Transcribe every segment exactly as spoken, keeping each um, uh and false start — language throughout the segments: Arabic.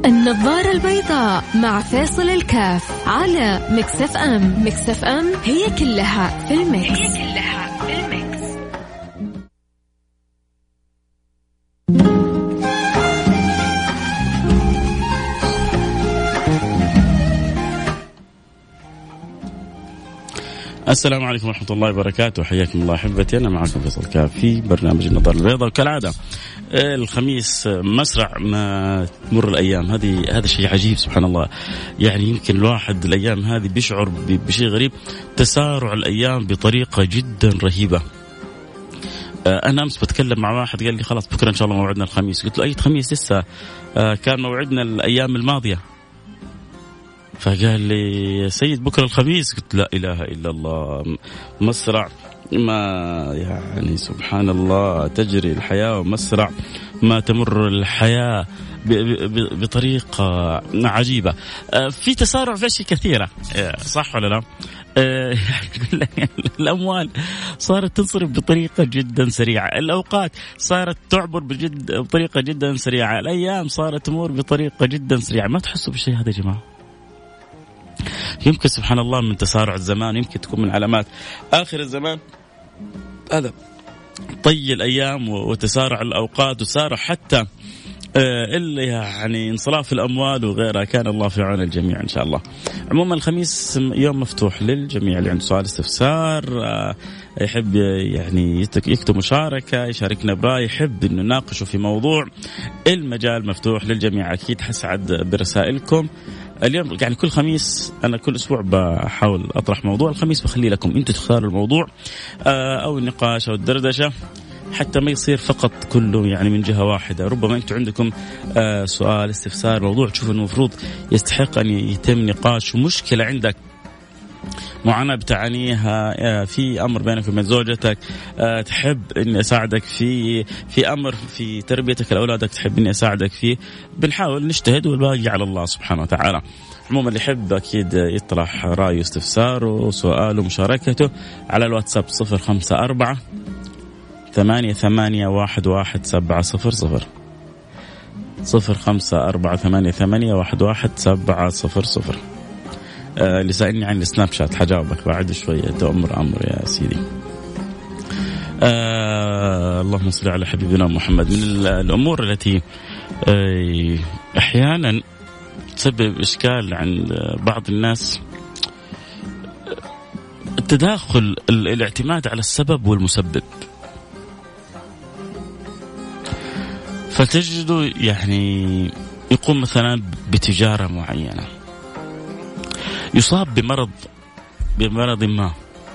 النظارة البيضاء مع فاصل الكاف على ميكس اف ام. ميكس اف ام هي كلها في الميكس. هي كلها في الميكس. السلام عليكم ورحمة الله وبركاته، حياكم الله أحبتي. أنا معكم فيصل كاف في برنامج النظارة البيضاء، وكالعادة الخميس مسرع ما تمر الأيام. هذه هذا شيء عجيب سبحان الله. يعني يمكن الواحد الأيام هذه بيشعر بشيء غريب، تسارع الأيام بطريقة جدا رهيبة. أنا أمس بتكلم مع واحد قال لي خلاص بكرة إن شاء الله موعدنا الخميس. قلت له أي خميس؟ لسه كان موعدنا الأيام الماضية. فقال لي سيد بكرة الخميس. قلت لا إله إلا الله، مسرع ما يعني سبحان الله تجري الحياة، ومسرع ما تمر الحياة بطريقة عجيبة. في تسارع في أشياء كثيرة، صح ولا لا؟ الأموال صارت تصرف بطريقة جدا سريعة، الأوقات صارت تعبر بجد بطريقة جدا سريعة، الأيام صارت تمر بطريقة جدا سريعة. ما تحسوا بالشيء هذا يا جماعة؟ يمكن سبحان الله من تسارع الزمان، يمكن تكون من علامات آخر الزمان هذا طي الأيام وتسارع الأوقات، وسارع حتى اللي يعني انصراف الأموال وغيرها. كان الله في عون الجميع إن شاء الله. عموما الخميس يوم مفتوح للجميع، اللي عنده سؤال استفسار يحب يعني يكتب مشاركة يشاركنا برأي، يحب إنه نناقشه في موضوع، المجال مفتوح للجميع. أكيد حسعد برسائلكم. اليوم يعني كل خميس أنا كل أسبوع بحاول أطرح موضوع، الخميس بخلي لكم أنتوا تختاروا الموضوع أو النقاش أو الدردشة، حتى ما يصير فقط كله يعني من جهة واحدة. ربما أنتوا عندكم سؤال استفسار موضوع تشوفوا أنه المفروض يستحق أن يتم نقاش، ومشكلة عندك معاناة بتعانيها في أمر بينك وبين زوجتك، تحب إني أساعدك في في أمر في تربيتك لأولادك تحب إني أساعدك فيه، بنحاول نجتهد والباقي على الله سبحانه وتعالى. عموما اللي يحب أكيد يطرح رأيه واستفساره وسؤاله ومشاركته على الواتساب صفر خمسة أربعة ثمانية ثمانية واحد واحد سبعة صفر صفر صفر خمسة أربعة ثمانية ثمانية واحد واحد سبعة صفر صفر. اللي سألني عن السناب شات حجاوبك بعد شوية، تأمر أمر يا سيدي. آه اللهم صل على حبيبنا محمد. من الأمور التي آه أحيانا تسبب إشكال عند بعض الناس التداخل، الاعتماد على السبب والمسبب. فتجدوا يعني يقوم مثلا بتجارة معينة، يصاب بمرض بمرض ما،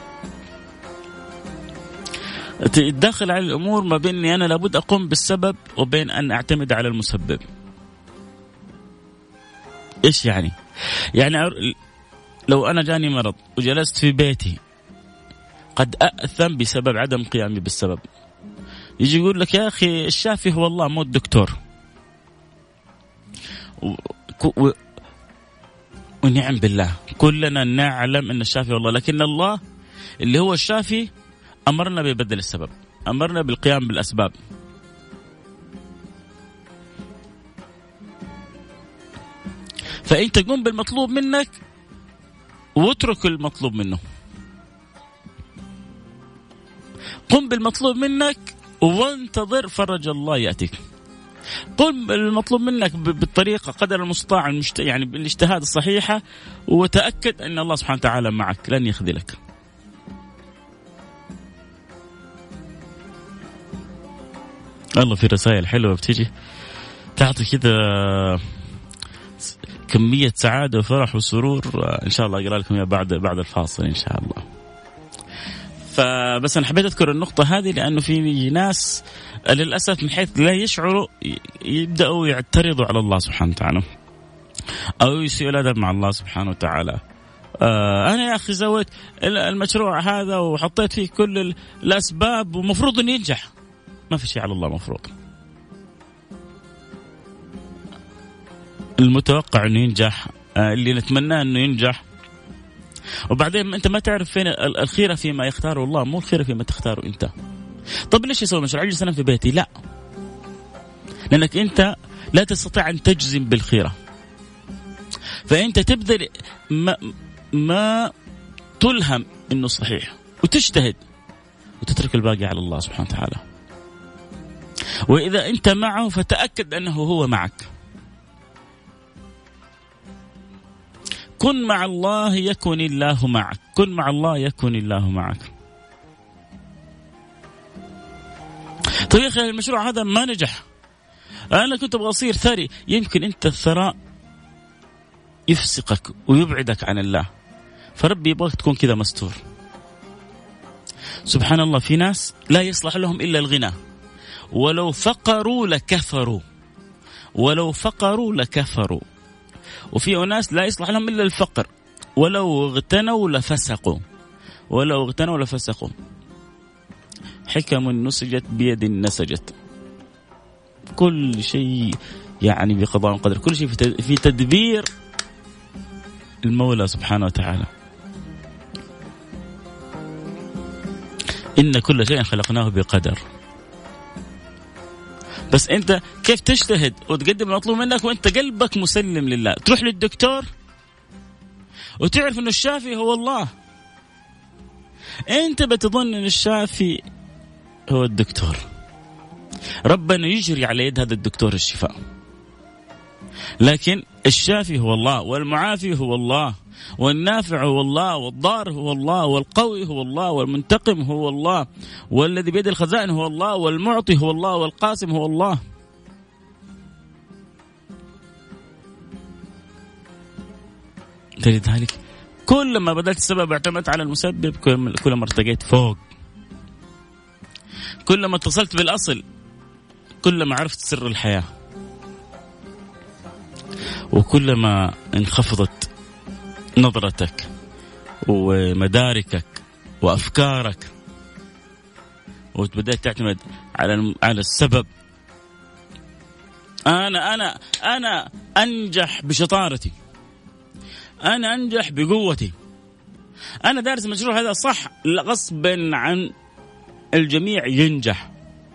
تدخل على الأمور ما بيني أنا لابد أقوم بالسبب وبين أن أعتمد على المسبب. إيش يعني؟ يعني لو أنا جاني مرض وجلست في بيتي قد أأثم بسبب عدم قيامي بالسبب. يجي يقول لك يا أخي الشافي هو الله مو الدكتور، و... و... ونعم بالله كلنا نعلم أن الشافي هو الله، لكن الله اللي هو الشافي أمرنا ببدل السبب، أمرنا بالقيام بالأسباب. فأنت قم بالمطلوب منك واترك المطلوب منه. قم بالمطلوب منك وانتظر فرج الله يأتيك. قم بالمطلوب منك بالطريقة قدر المستطاع المشت... يعني بالاجتهاد الصحيحة، وتأكد أن الله سبحانه وتعالى معك لن يخذلك. الله في رسائل حلوة بتيجي تعطي كذا كمية سعادة وفرح وسرور، إن شاء الله أقرأ لكم بعد بعد الفاصل إن شاء الله. فبس أنا حبيت أذكر النقطة هذه لأنه في ناس للأسف من حيث لا يشعروا يبدأوا يعترضوا على الله سبحانه وتعالى أو يسيئوا الأدب مع الله سبحانه وتعالى. آه أنا يا أخي زويت المشروع هذا وحطيت فيه كل الأسباب ومفروض أن ينجح. ما في شيء على الله مفروض، المتوقع أنه ينجح، آه اللي نتمناه أنه ينجح. وبعدين أنت ما تعرف فين الخيرة فيما يختاره الله، مو الخيرة فيما تختاره أنت. طب ليش يسوي مشروع أجلس أنا في بيتي؟ لا، لأنك أنت لا تستطيع أن تجزم بالخيرة. فأنت تبذل ما, ما تلهم إنه صحيح وتجتهد وتترك الباقي على الله سبحانه وتعالى. وإذا أنت معه فتأكد أنه هو معك. كن مع الله يكن الله معك، كن مع الله يكن الله معك. طيب يا أخي المشروع هذا ما نجح، أنا كنت أبغى أصير ثري. يمكن أنت الثراء يفسقك ويبعدك عن الله، فربي يبغاك تكون كذا مستور. سبحان الله، في ناس لا يصلح لهم إلا الغنى، ولو فقروا لكفروا، ولو فقروا لكفروا. وفي ناس لا يصلح لهم إلا الفقر، ولو اغتنوا لفسقوا، ولو اغتنوا لفسقوا. حكم نسجت بيد نسجت. كل شيء يعني بقضاء وقدر، كل شيء في تدبير المولى سبحانه وتعالى. إن كل شيء خلقناه بقدر. بس أنت كيف تجتهد وتقدم المطلوب منك وأنت قلبك مسلم لله؟ تروح للدكتور وتعرف أنه الشافي هو الله، أنت بتظن أن الشافي هو الدكتور. ربنا يجري على يد هذا الدكتور الشفاء، لكن الشافي هو الله، والمعافي هو الله، والنافع هو الله، والضار هو الله، والقوي هو الله، والمنتقم هو الله، والذي بيد الخزائن هو الله، والمعطي هو الله، والقاسم هو الله. لذلك كل ما بدأت السبب اعتمدت على المسبب، كل ما ارتقيت فوق، كل ما اتصلت بالأصل، كل ما عرفت سر الحياة، وكلما انخفضت نظرتك ومداركك وأفكارك وبدأت تعتمد على على السبب. أنا أنا أنا أنجح بشطارتي، أنا أنجح بقوتي، أنا دارس المشروع هذا صح، غصبا عن الجميع ينجح.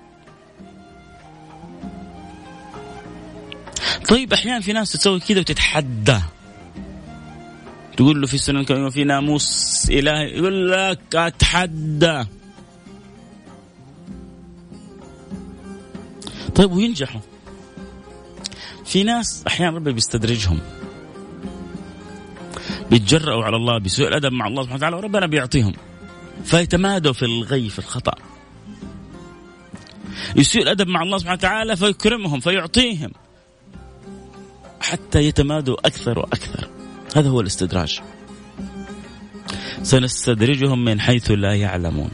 طيب أحيانا في ناس تسوي كذا وتتحدى، تقول له في سنن كونية وفي ناموس إلهي، يقول لك أتحدى. طيب وينجحوا. في ناس أحيانا ربي بيستدرجهم، بيتجرأوا على الله بسوء الأدب مع الله سبحانه وتعالى، وربنا بيعطيهم فيتمادوا في الغي في الخطأ. يسوء الأدب مع الله سبحانه وتعالى فيكرمهم فيعطيهم حتى يتمادوا أكثر وأكثر. هذا هو الاستدراج. سنستدرجهم من حيث لا يعلمون.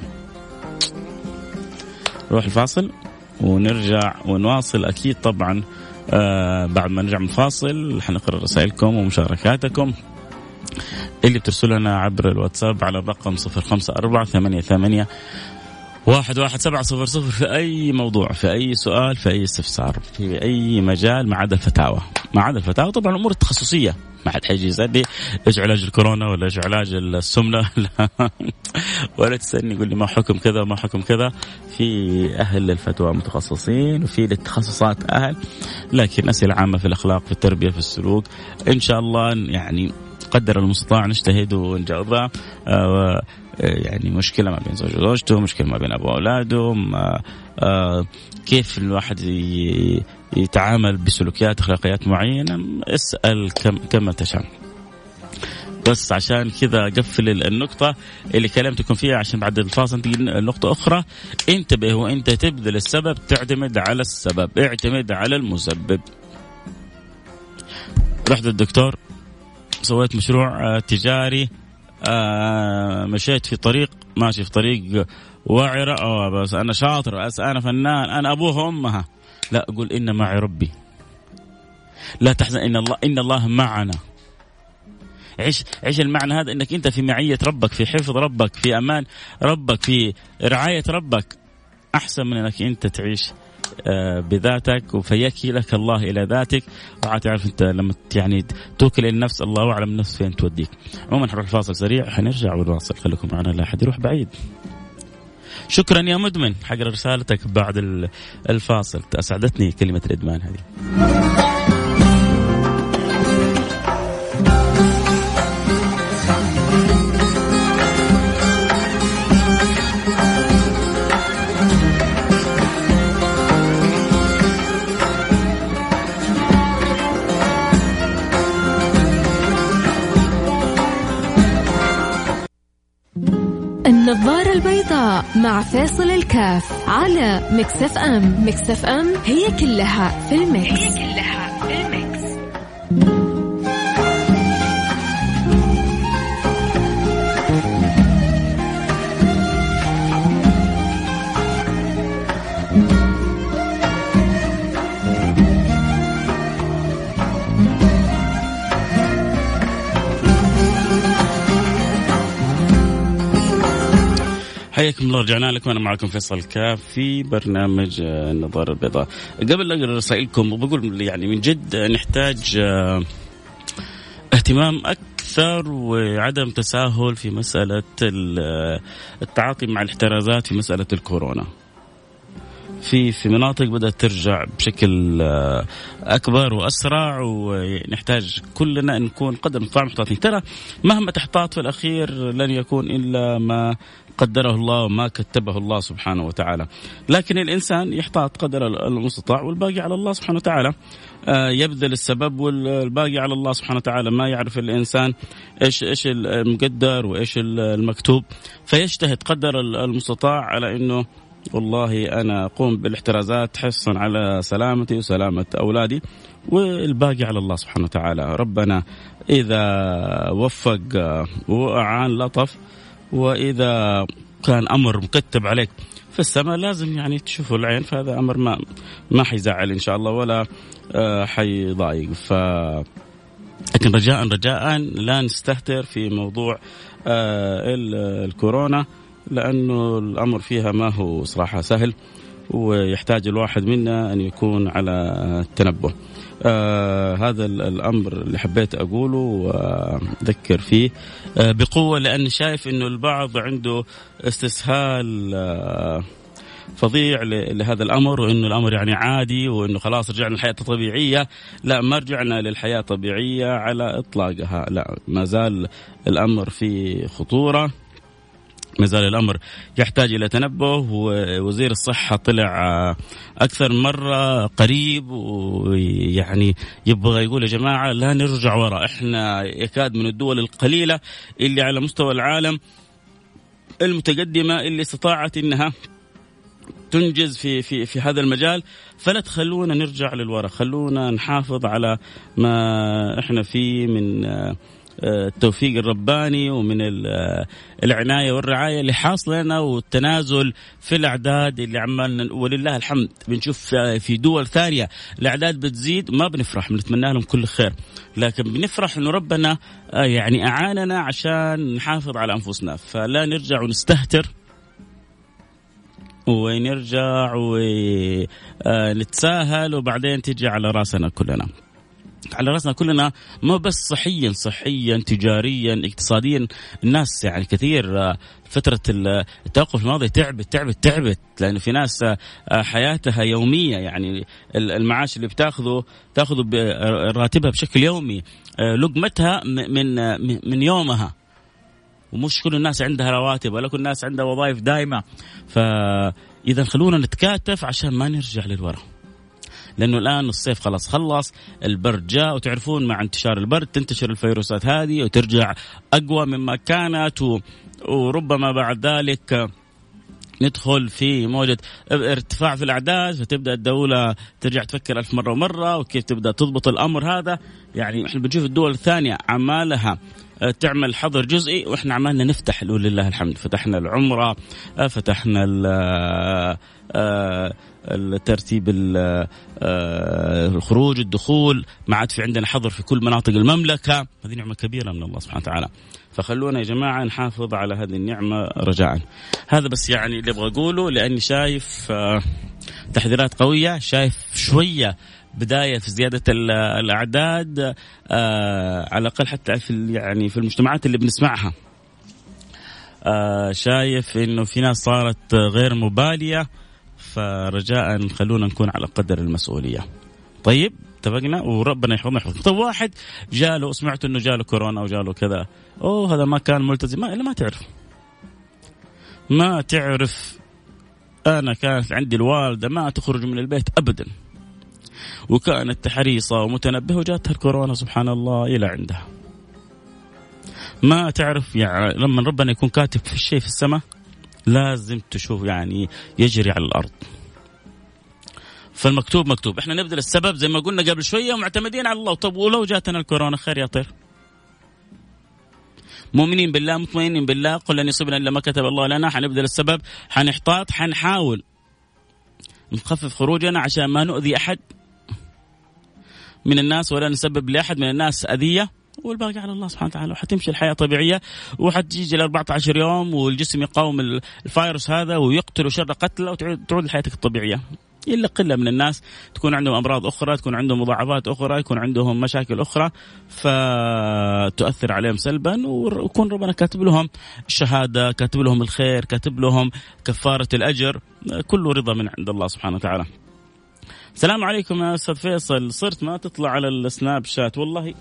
نروح الفاصل ونرجع ونواصل أكيد طبعا. آه بعد ما نرجع من الفاصل حنقرأ رسائلكم ومشاركاتكم اللي بترسلنا عبر الواتساب على الرقم صفر خمسة أربعة ثمانية ثمانية واحد واحد سبعة صفر صفر في أي موضوع، في أي سؤال، في أي استفسار، في أي مجال، ما عدا الفتاوى. ما عدا الفتاوى طبعا الأمور التخصصية، ما حد حيجي يسألني إيش علاج الكورونا ولا إيش علاج السمنة ولا تسألني يقول لي ما حكم كذا وما حكم كذا. في أهل الفتوى متخصصين وفي للتخصصات أهل، لكن أسئلة عامة في الأخلاق، في التربية، في السلوك، إن شاء الله يعني قدر المستطاع نجتهد ونجاوبها. آه يعني مشكلة ما بين زوج وزوجته، مشكلة ما بين أبو وأولاده، آه كيف الواحد يتعامل بسلوكيات أخلاقيات معينة، اسأل كم كما تشاء. بس عشان كذا قفل النقطة اللي كلمتكم فيها عشان بعد الفاصل تجي النقطة أخرى. انتبه وانت تبذل السبب تعتمد على السبب، اعتمد على المسبب. رحت الدكتور، سويت مشروع تجاري، آه مشيت في طريق، ماشي في طريق وعرة، أو بس أنا شاطر، بس أنا فنان، أنا أبوها وأمها. لا، أقول إن معي ربي، لا تحزن، إن الله إن الله معنا. عيش عيش المعنى هذا، إنك أنت في معية ربك، في حفظ ربك، في أمان ربك، في رعاية ربك، أحسن من إنك أنت تعيش بذاتك وفيكي لك الله إلى ذاتك. وعارف أنت لما يعني توكل النفس، الله أعلم النفس فين توديك. عموما نروح الفاصل سريع، حنرجع ونواصل، خليكم معنا لا أحد يروح بعيد. شكرا يا مدمن، حقر رسالتك بعد الفاصل، أسعدتني كلمة الإدمان هذه. النظارة البيضاء مع فاصل الكاف على ميكس اف ام. ميكس اف ام هي كلها في الميكس. هي كلها في الميكس. حياكم الله، رجعنا لكم. أنا معكم فيصل كاف في برنامج النظارة البيضاء. قبل لا أقرأ رسائلكم وبقول يعني من جد نحتاج اهتمام أكثر وعدم تساهل في مسألة التعاطي مع الاحترازات في مسألة الكورونا. في في مناطق بدأت ترجع بشكل أكبر وأسرع، ونحتاج كلنا أن نكون قدر المستطاع محتاطين. ترى مهما تحتاط في الأخير لن يكون إلا ما قدره الله وما كتبه الله سبحانه وتعالى، لكن الإنسان يحتاط قدر المستطاع والباقي على الله سبحانه وتعالى. يبذل السبب والباقي على الله سبحانه وتعالى. ما يعرف الإنسان إيش إيش المقدر وإيش المكتوب، فيجتهد قدر المستطاع على إنه والله أنا أقوم بالاحترازات حرصا على سلامتي وسلامة أولادي، والباقي على الله سبحانه وتعالى. ربنا إذا وفق وأعان لطف، وإذا كان أمر مكتب عليك في السماء لازم يعني تشوفه العين، فهذا أمر ما ما حيزعل إن شاء الله ولا حيضايق. ف لكن رجاء رجاء لا نستهتر في موضوع الكورونا، لأنه الأمر فيها ما هو صراحة سهل، ويحتاج الواحد منا أن يكون على التنبه. آه هذا الأمر اللي حبيت أقوله وأذكر فيه آه بقوة، لأن شايف أنه البعض عنده استسهال آه فظيع لهذا الأمر، وأنه الأمر يعني عادي، وأنه خلاص رجعنا للحياة الطبيعية. لا، ما رجعنا للحياة الطبيعية على إطلاقها، لا، ما زال الأمر في خطورة، ما زال الأمر يحتاج إلى تنبه. ووزير الصحة طلع أكثر مرة قريب، ويعني يبغى يقول يا جماعة لا نرجع وراء. إحنا يكاد من الدول القليلة اللي على مستوى العالم المتقدمة اللي استطاعت إنها تنجز في في في هذا المجال، فلا تخلونا نرجع للوراء، خلونا نحافظ على ما إحنا فيه من التوفيق الرباني ومن العناية والرعاية اللي حاصل لنا، والتنازل في الأعداد اللي عمالنا ولله الحمد بنشوف في دول ثانية الأعداد بتزيد، ما بنفرح، بنتمنى لهم كل خير، لكن بنفرح إنه ربنا يعني أعاننا عشان نحافظ على أنفسنا. فلا نرجع ونستهتر ونرجع ونتساهل وبعدين تجي على راسنا كلنا على رأسنا كلنا، ما بس صحيا صحيا تجاريا اقتصاديا. الناس يعني كثير فترة التوقف الماضي تعبت تعبت تعبت لأنه في ناس حياتها يومية، يعني المعاش اللي بتاخذه تاخذه راتبها بشكل يومي، لقمتها من من يومها، ومش كل الناس عندها رواتب ولا كل الناس عندها وظائف دائمة. فإذا خلونا نتكاتف عشان ما نرجع للوراء، لأنه الآن الصيف خلاص خلص، البرد جاء، وتعرفون مع انتشار البرد تنتشر الفيروسات هذه وترجع أقوى مما كانت، وربما بعد ذلك ندخل في موجة ارتفاع في الأعداد، فتبدأ الدولة ترجع تفكر ألف مرة ومرة وكيف تبدأ تضبط الأمر هذا. يعني احنا بنشوف الدول الثانية عمالها تعمل حظر جزئي، واحنا عمالنا نفتح لله الحمد، فتحنا العمرة، فتحنا الترتيب الخروج الدخول، ما عاد في عندنا حظر في كل مناطق المملكة. هذه نعمة كبيرة من الله سبحانه وتعالى، فخلونا يا جماعة نحافظ على هذه النعمة رجاء. هذا بس يعني اللي أبغى أقوله، لأني شايف تحذيرات قوية، شايف شوية بداية في زيادة الأعداد على الأقل حتى في يعني في المجتمعات اللي بنسمعها. شايف إنه في ناس صارت غير مبالية، فرجاء خلونا نكون على قدر المسؤولية. طيب اتفقنا، وربنا يحفظنا يحفظكم. طيب واحد جاله، سمعت إنه جاله كورونا أو جاله كذا، أوه هذا ما كان ملتزم، ما إلا ما تعرف ما تعرف أنا كانت عندي الوالدة ما تخرج من البيت أبدا، وكانت حريصة ومتنبهة، وجاتها الكورونا سبحان الله إلى عندها. ما تعرف يعني لما ربنا يكون كاتب في الشيء في السماء لازم تشوف يعني يجري على الأرض. فالمكتوب مكتوب. احنا نبذل السبب زي ما قلنا قبل شوية ومعتمدين على الله. طب ولو جاتنا الكورونا خير يا طير، مؤمنين بالله مطمئنين بالله، قل لن يصيبنا إلا ما كتب الله لنا. حنبذل السبب، حنحتاط، حنحاول نخفف خروجنا عشان ما نؤذي أحد من الناس ولا نسبب لأحد من الناس أذية، والباقي على الله سبحانه وتعالى. وحتمشي الحياة طبيعية، وحتيجي ل أربعة عشر يوم والجسم يقاوم الفيروس هذا ويقتل شر قتله، وتعود لحياتك الطبيعية. إلا قلة من الناس تكون عندهم أمراض أخرى، تكون عندهم مضاعفات أخرى، يكون عندهم مشاكل أخرى فتؤثر عليهم سلبا، ويكون ربنا كاتب لهم الشهادة، كاتب لهم الخير، كاتب لهم كفارة الأجر، كله رضا من عند الله سبحانه وتعالى. السلام عليكم يا أستاذ فيصل، صرت ما تطلع على السناب شات. والله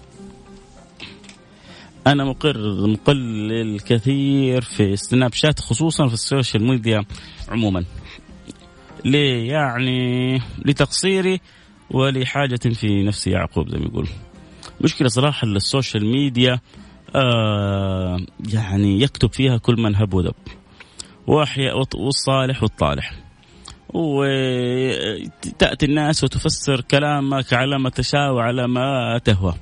أنا مقر مقلل كثير في السناب شات، خصوصا في السوشيال ميديا عموما. ليه؟ يعني لتقصيري ولحاجة في نفسي يعقوب زي ما يقول. مشكلة صراحة السوشيال ميديا آه يعني يكتب فيها كل من هب ودب، والصالح والطالح، وتأتي الناس وتفسر كلامك على ما تشاء وعلى ما تهوى،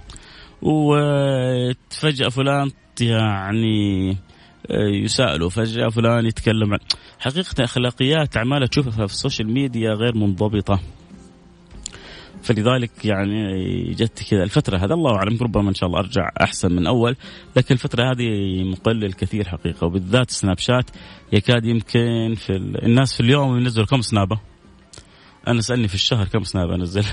وفجأة فلان يعني يسأله، فجأة فلان يتكلم عن حقيقة أخلاقيات عمالة تشوفها في السوشيال ميديا غير منضبطة. فلذلك يعني جت كذا الفترة هذا، الله أعلم ربما إن شاء الله أرجع أحسن من أول، لكن الفترة هذه مقلل كثير حقيقة، وبالذات سناب شات يكاد يمكن في الناس في اليوم ينزل كم سنابة. أنا سألني في الشهر كم سنابة أنزل.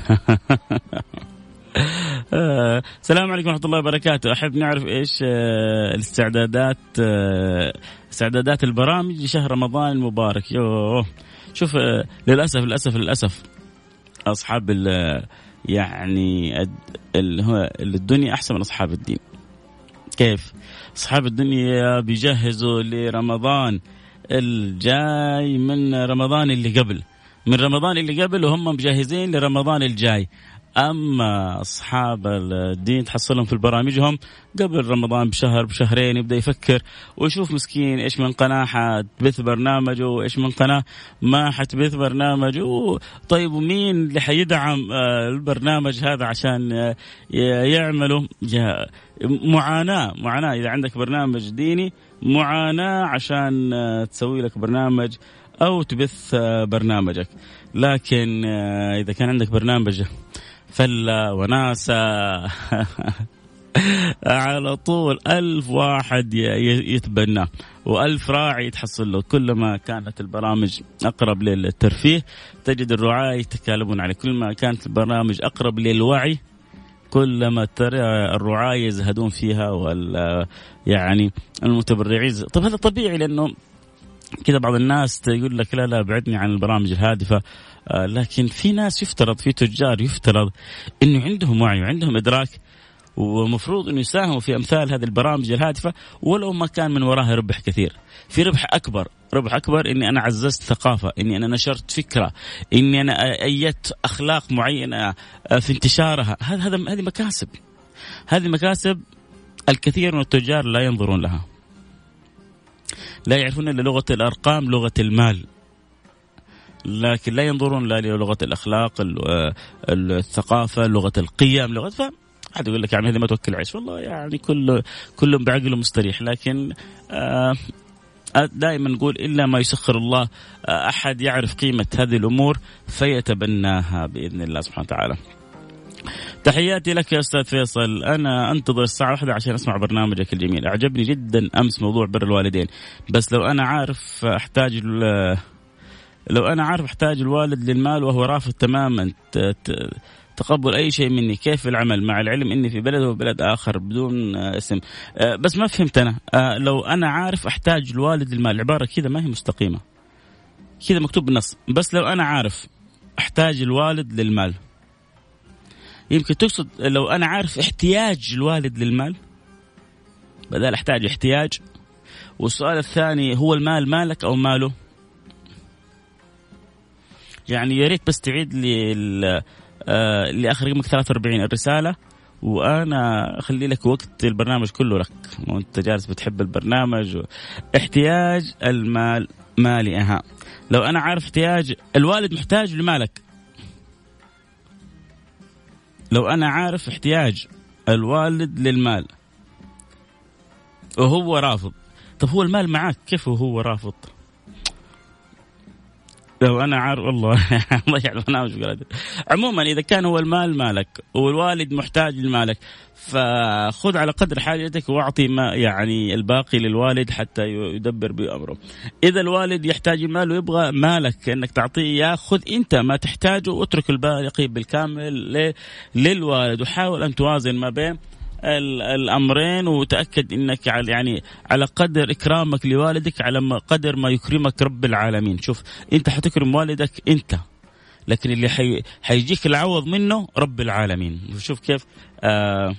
آه، السلام عليكم ورحمة الله وبركاته. أحب نعرف إيش آه، الاستعدادات آه، استعدادات البرامج لشهر رمضان المبارك. يوه شوف آه، للأسف للأسف للأسف أصحاب يعني الدنيا أحسن من أصحاب الدين. كيف؟ أصحاب الدنيا بيجهزوا لرمضان الجاي من رمضان اللي قبل، من رمضان اللي قبل وهم مجهزين لرمضان الجاي. أما أصحاب الدين تحصلهم في برامجهم قبل رمضان بشهر بشهرين يبدأ يفكر ويشوف مسكين إيش من قناة حتبث برنامجه وإيش من قناة ما حتبث برنامجه. طيب ومين اللي حيدعم البرنامج هذا عشان يعملوا؟ معاناة معاناة. إذا عندك برنامج ديني معاناة عشان تسوي لك برنامج أو تبث برنامجك. لكن إذا كان عندك برنامج فلة وناسة على طول ألف واحد يتبناه وألف راعي يتحصل له. كلما كانت البرامج أقرب للترفيه تجد الرعاة يتكالبون عليه، كلما كانت البرامج أقرب للوعي كلما ترى الرعاة يزهدون فيها وال يعني المتبرعين. طب هذا طبيعي، لأنه كذا بعض الناس يقول لك لا لا بعدني عن البرامج الهادفة. آه لكن في ناس يفترض، في تجار يفترض إنه عندهم وعي وعندهم إدراك، ومفروض إنه يساهموا في أمثال هذه البرامج الهادفة ولو ما كان من وراها ربح كثير. في ربح أكبر، ربح أكبر إني أنا عززت ثقافة، إني أنا نشرت فكرة، إني أنا أيدت أخلاق معينة في انتشارها. هذا هذا هذه مكاسب، هذه مكاسب الكثير من التجار لا ينظرون لها، لا يعرفون إلا لغة الأرقام، لغة المال، لكن لا ينظرون لا لغة الأخلاق، الثقافة، لغة القيم، لغة ف أحد يقول لك يعني هذه ما توكل عيش. والله يعني كل كل بعقله مستريح، لكن آه دائما نقول إلا ما يسخر الله آه أحد يعرف قيمة هذه الأمور فيتبناها بإذن الله سبحانه وتعالى. تحياتي لك يا أستاذ فيصل، أنا أنتظر الساعة واحدة عشان أسمع برنامجك الجميل. أعجبني جدا أمس موضوع بر الوالدين، بس لو أنا عارف أحتاج لو أنا عارف أحتاج الوالد للمال وهو رافض تماما تقبل أي شيء مني، كيف العمل مع العلم إني في بلد وبلد آخر بدون اسم؟ بس ما فهمت أنا، لو أنا عارف أحتاج الوالد للمال، العبارة كذا ما هي مستقيمة، كذا مكتوب بالنص. بس لو أنا عارف أحتاج الوالد للمال، يمكن تقصد لو أنا عارف احتياج الوالد للمال بدل أحتاج احتياج. والسؤال الثاني هو المال مالك أو ماله؟ يعني يا ريت بس تعيد لي اللي آخر رقمك ثلاثة وأربعين الرسالة وأنا أخلي لك وقت البرنامج كله لك، وأنت جالس بتحب البرنامج. احتياج المال مالي. أها لو أنا عارف احتياج الوالد محتاج لمالك، لو أنا عارف احتياج الوالد للمال وهو رافض، طب هو المال معك كيف وهو رافض؟ لو أنا عارف والله الله يعلم أنا وش قاعد. عموما إذا كان هو المال مالك والوالد محتاج لمالك فخذ على قدر حاجتك واعطي ما يعني الباقي للوالد حتى يدبر بأمره. إذا الوالد يحتاج المال ويبغى مالك إنك تعطيه إياه، خذ أنت ما تحتاجه واترك الباقي بالكامل للوالد، وحاول أن توازن ما بين الأمرين، وتأكد أنك يعني على قدر إكرامك لوالدك على قدر ما يكرمك رب العالمين. شوف أنت حتكرم والدك أنت، لكن اللي حي... حيجيك العوض منه رب العالمين. شوف كيف آه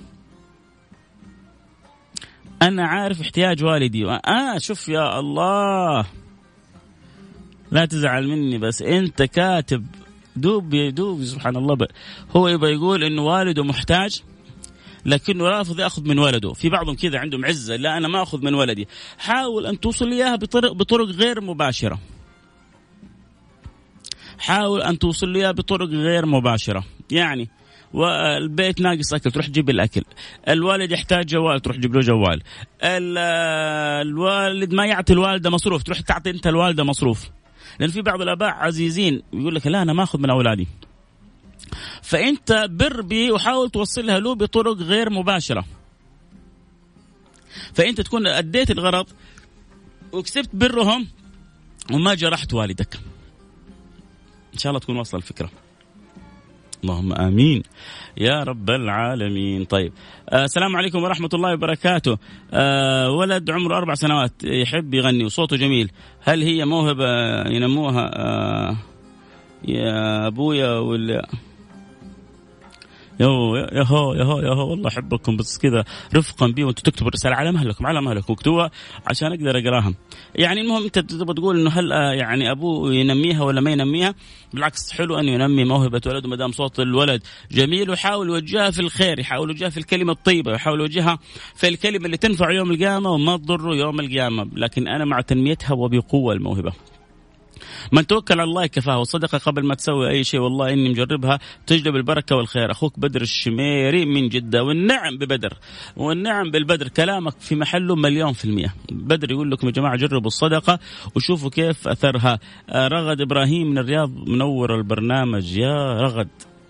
أنا عارف احتياج والدي. آه شوف يا الله لا تزعل مني، بس أنت كاتب دوب يدوب سبحان الله. ب... هو يبغى يقول إنه والده محتاج لكنه رافض يأخذ من ولده. في بعضهم كذا عندهم عزة، لا أنا ما أخذ من ولدي. حاول أن توصل إياها بطرق, بطرق غير مباشرة، حاول أن توصل إياها بطرق غير مباشرة. يعني والبيت ناقص أكل تروح تجيب الأكل، الوالد يحتاج جوال تروح تجيب له جوال، الوالد ما يعطي الوالدة مصروف تروح تعطي أنت الوالدة مصروف. لأن في بعض الآباء عزيزين يقول لك لا أنا ما أخذ من أولادي، فأنت بر بي وحاول توصلها له بطرق غير مباشرة، فأنت تكون أديت الغرض وكسبت برهم وما جرحت والدك. إن شاء الله تكون واصلة الفكرة. اللهم آمين يا رب العالمين. طيب آه السلام عليكم ورحمة الله وبركاته. آه ولد عمره أربع سنوات يحب يغني وصوته جميل، هل هي موهبة ينموها آه يا أبويا ولا يهو يهو يهو يهو والله أحبكم، بس كذا رفقا بي وأنتوا تكتبوا الرسالة على مهلكم على مهلكم واكتبوها عشان أقدر أقراها. يعني المهم أنت تبغى تقول إنه هل يعني أبوه ينميها ولا ما ينميها؟ بالعكس حلو أن ينمي موهبة ولده ما دام صوت الولد جميل، ويحاول يوجهها في الخير، يحاول يوجهها في الكلمة الطيبة، يحاول يوجهها في الكلمة اللي تنفع يوم القيامة وما تضره يوم القيامة. لكن أنا مع تنميتها وبقوة الموهبة. من توكل على الله كفاه، والصدقة قبل ما تسوي أي شيء والله إني مجربها تجلب البركة والخير. أخوك بدر الشميري من جدة. والنعم ببدر والنعم بالبدر، كلامك في محله مليون في المية. بدر يقول لكم يا جماعة جربوا الصدقة وشوفوا كيف أثرها. رغد إبراهيم من الرياض منور البرنامج يا رغد،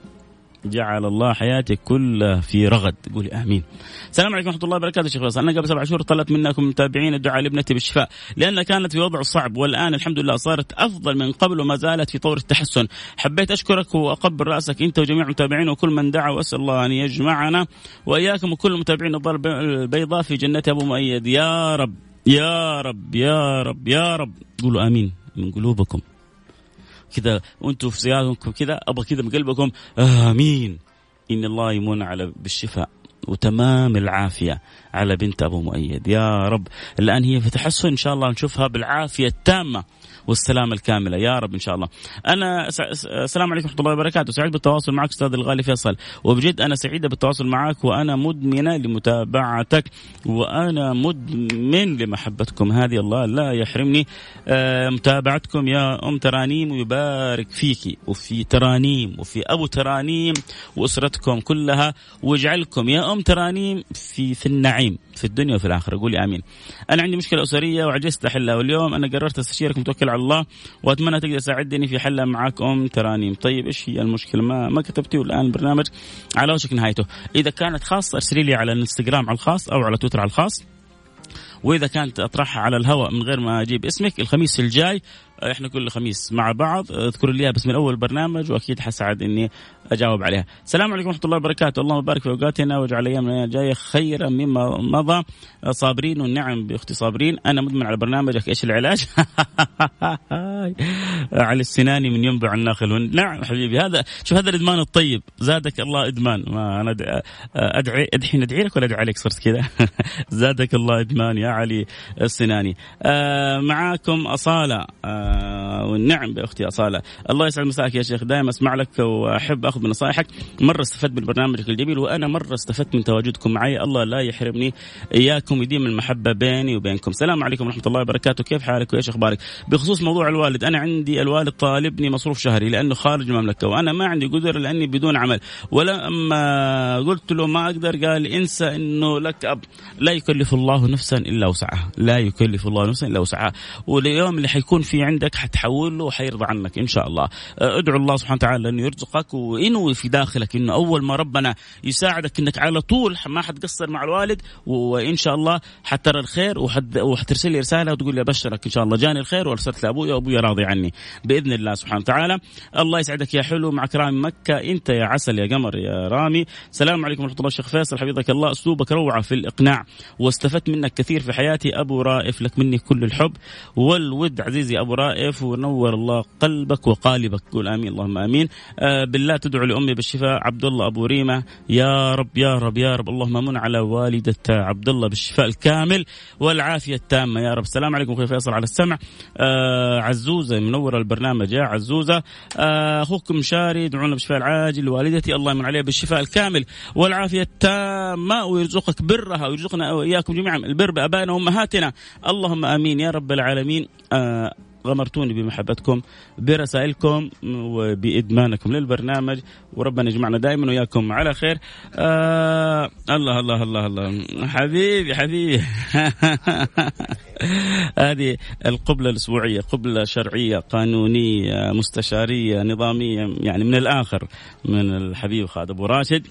جعل الله حياتك كلها في رغد. قولي آمين. السلام عليكم ورحمة الله وبركاته. شيخ فيصل، أنا قبل سبع شهور طلبت منكم متابعين الدعاء لابنتي بالشفاء لأنها كانت في وضع صعب، والآن الحمد لله صارت أفضل من قبل وما زالت في طور التحسن. حبيت أشكرك وأقبل رأسك أنت وجميع المتابعين وكل من دعا، وأسأل الله أن يجمعنا وإياكم وكل المتابعين الضرب البيضاء في جنة أبو مؤيد يا رب يا رب يا رب يا رب. قولوا آمين من قلوبكم كذا وانتم في سيارتكم كذا، ابغى كذا من قلبكم امين. ان الله يمن على بالشفاء وتمام العافيه على بنت ابو مؤيد يا رب. الان هي في تحسن، ان شاء الله نشوفها بالعافيه التامه والسلامه الكامله يا رب ان شاء الله. انا س... السلام عليكم ورحمه الله وبركاته. سعيد بالتواصل معك استاذ الغالي فيصل، وبجد انا سعيده بالتواصل معك، وانا مدمنه لمتابعتك، وانا مدمن لمحبتكم هذه، الله لا يحرمني آه متابعتكم يا ام ترانيم، ويبارك فيكي وفي ترانيم وفي ابو ترانيم واسرتكم كلها، واجعلكم يا ام ترانيم في في النعيم في الدنيا وفي الاخره. قولي امين. انا عندي مشكله اسريه وعجزت احلها، واليوم انا قررت استشيرك متوكل على الله، واتمنى تقدر تساعدني في حلها معك ام ترانيم. طيب ايش هي المشكله؟ ما ما كتبتي والان البرنامج على وشك نهايته. اذا كانت خاصه ارسلي لي على الانستغرام على الخاص او على تويتر على الخاص، واذا كانت اطرحها على الهواء من غير ما اجيب اسمك الخميس الجاي، احنا كل خميس مع بعض اذكروا لي باسم الاول برنامج، واكيد حسعد اني اجاوب عليها. السلام عليكم ورحمه الله وبركاته. اللهم بارك في اوقاتنا واجعل ايامنا الجايه خيرا مما مضى. صابرين والنعم باختي صابرين، انا مدمن على برنامجك. ايش العلاج؟ على السناني من ينبع الناخل. نعم حبيبي، هذا شوف هذا الادمان الطيب، زادك الله ادمان. ما انا ادعي ادحي ندعي لك ولا ادعي عليك؟ صرت كذا. زادك الله ادمان يا علي السناني. آه معاكم اصاله. آه والنعم بأختي أصالة. الله يسعد مساك يا شيخ، دائما أسمع لك وأحب أخذ من نصائحك. مرة استفدت من برنامجك الجميل، وأنا مرة استفدت من تواجدكم معي. الله لا يحرمني إياكم، يديم المحبة بيني وبينكم. السلام عليكم ورحمة الله وبركاته، كيف حالك وإيش أخبارك؟ بخصوص موضوع الوالد، أنا عندي الوالد طالبني مصروف شهري لأنه خارج المملكة، وأنا ما عندي قدرة لأني بدون عمل. ولما قلت له ما أقدر قال انسى إنه لك أب. لا يكلف الله نفسا إلا وسعها، لا يكلف الله نفسا إلا وسعها. واليوم اللي حيكون في عندك حتحول له وحيرضى عنك إن شاء الله. ادعو الله سبحانه وتعالى أنه يرزقك، وإنه في داخلك إنه أول ما ربنا يساعدك إنك على طول ما حتقصر مع الوالد، وإن شاء الله حترى الخير وحترسل لي رسالة وتقول لي أبشرك إن شاء الله جاني الخير وأرسلت لأبويا وأبويا راضي عني بإذن الله سبحانه وتعالى. الله يسعدك يا حلو مع كرام مكة، أنت يا عسل يا قمر يا رامي. السلام عليكم ورحمة الله. الشيخ فيصل حفظك الله، أسلوبك روعة في الإقناع واستفدت منك كثير في حياتي. أبو رائف لك مني كل الحب والود عزيزي أبو رائف، ونور الله قلبك وقالبك. قول آمين اللهم آمين. آه بالله تدعو لأمي بالشفاء، عبد الله أبو ريمة. يا رب يا رب يا رب، اللهم من على والدة عبد الله بالشفاء الكامل والعافية التامة يا رب. السلام عليكم أخوي فيصل على السمع. آه عزوزة منور البرنامج يا عزوزة. آه أخوكم شاري، دعونا بالشفاء العاجل لوالدتي، الله يمن عليها بالشفاء الكامل والعافية التامة، ويرزقك برها ويرزقنا وإياكم جميعا البر بآبائنا وأمهاتنا، اللهم آمين يا رب العالمين. آه غمرتوني بمحبتكم برسائلكم وبإدمانكم للبرنامج، وربنا يجمعنا دائما وياكم على خير. آه الله الله الله الله حبيبي حبيبي هذه القبلة الأسبوعية، قبلة شرعية قانونية مستشارية نظامية، يعني من الآخر من الحبيب خالد أبو راشد.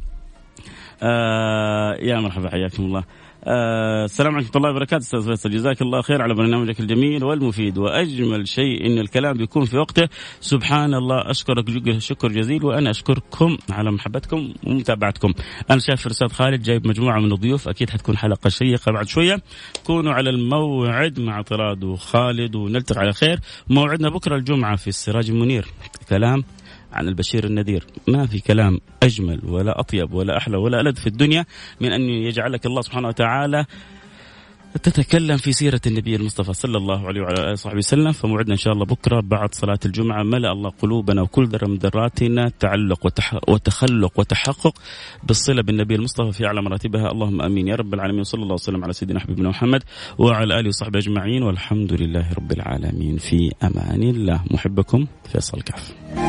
آه يا مرحبا حياكم الله. آه السلام عليكم ورحمة الله وبركاته. أستاذ فيصل جزاك الله خير على برنامجك الجميل والمفيد، وأجمل شيء إن الكلام بيكون في وقته. سبحان الله، أشكرك شكر جزيل، وأنا أشكركم على محبتكم ومتابعتكم. أنا شايف الأستاذ خالد جايب مجموعة من الضيوف، أكيد حتكون حلقة شيقة بعد شوية. كونوا على الموعد مع طراد وخالد ونلتقي على خير. موعدنا بكرة الجمعة في السراج المنير، كلام عن البشير النذير. ما في كلام أجمل ولا أطيب ولا أحلى ولا ألذ في الدنيا من أن يجعلك الله سبحانه وتعالى تتكلم في سيرة النبي المصطفى صلى الله عليه وعلى آله وصحبه وسلم. فموعدنا إن شاء الله بكرة بعد صلاة الجمعة. ملأ الله قلوبنا وكل ذرة من ذراتنا تعلق وتخلق وتحقق بالصلة بالنبي المصطفى في أعلى مراتبها، اللهم آمين يا رب العالمين. صلى الله وسلم على سيدنا حبيبنا محمد وعلى آله وصحبه أجمعين، والحمد لله رب العالمين. في أمان الله، محبكم فيصل كاف.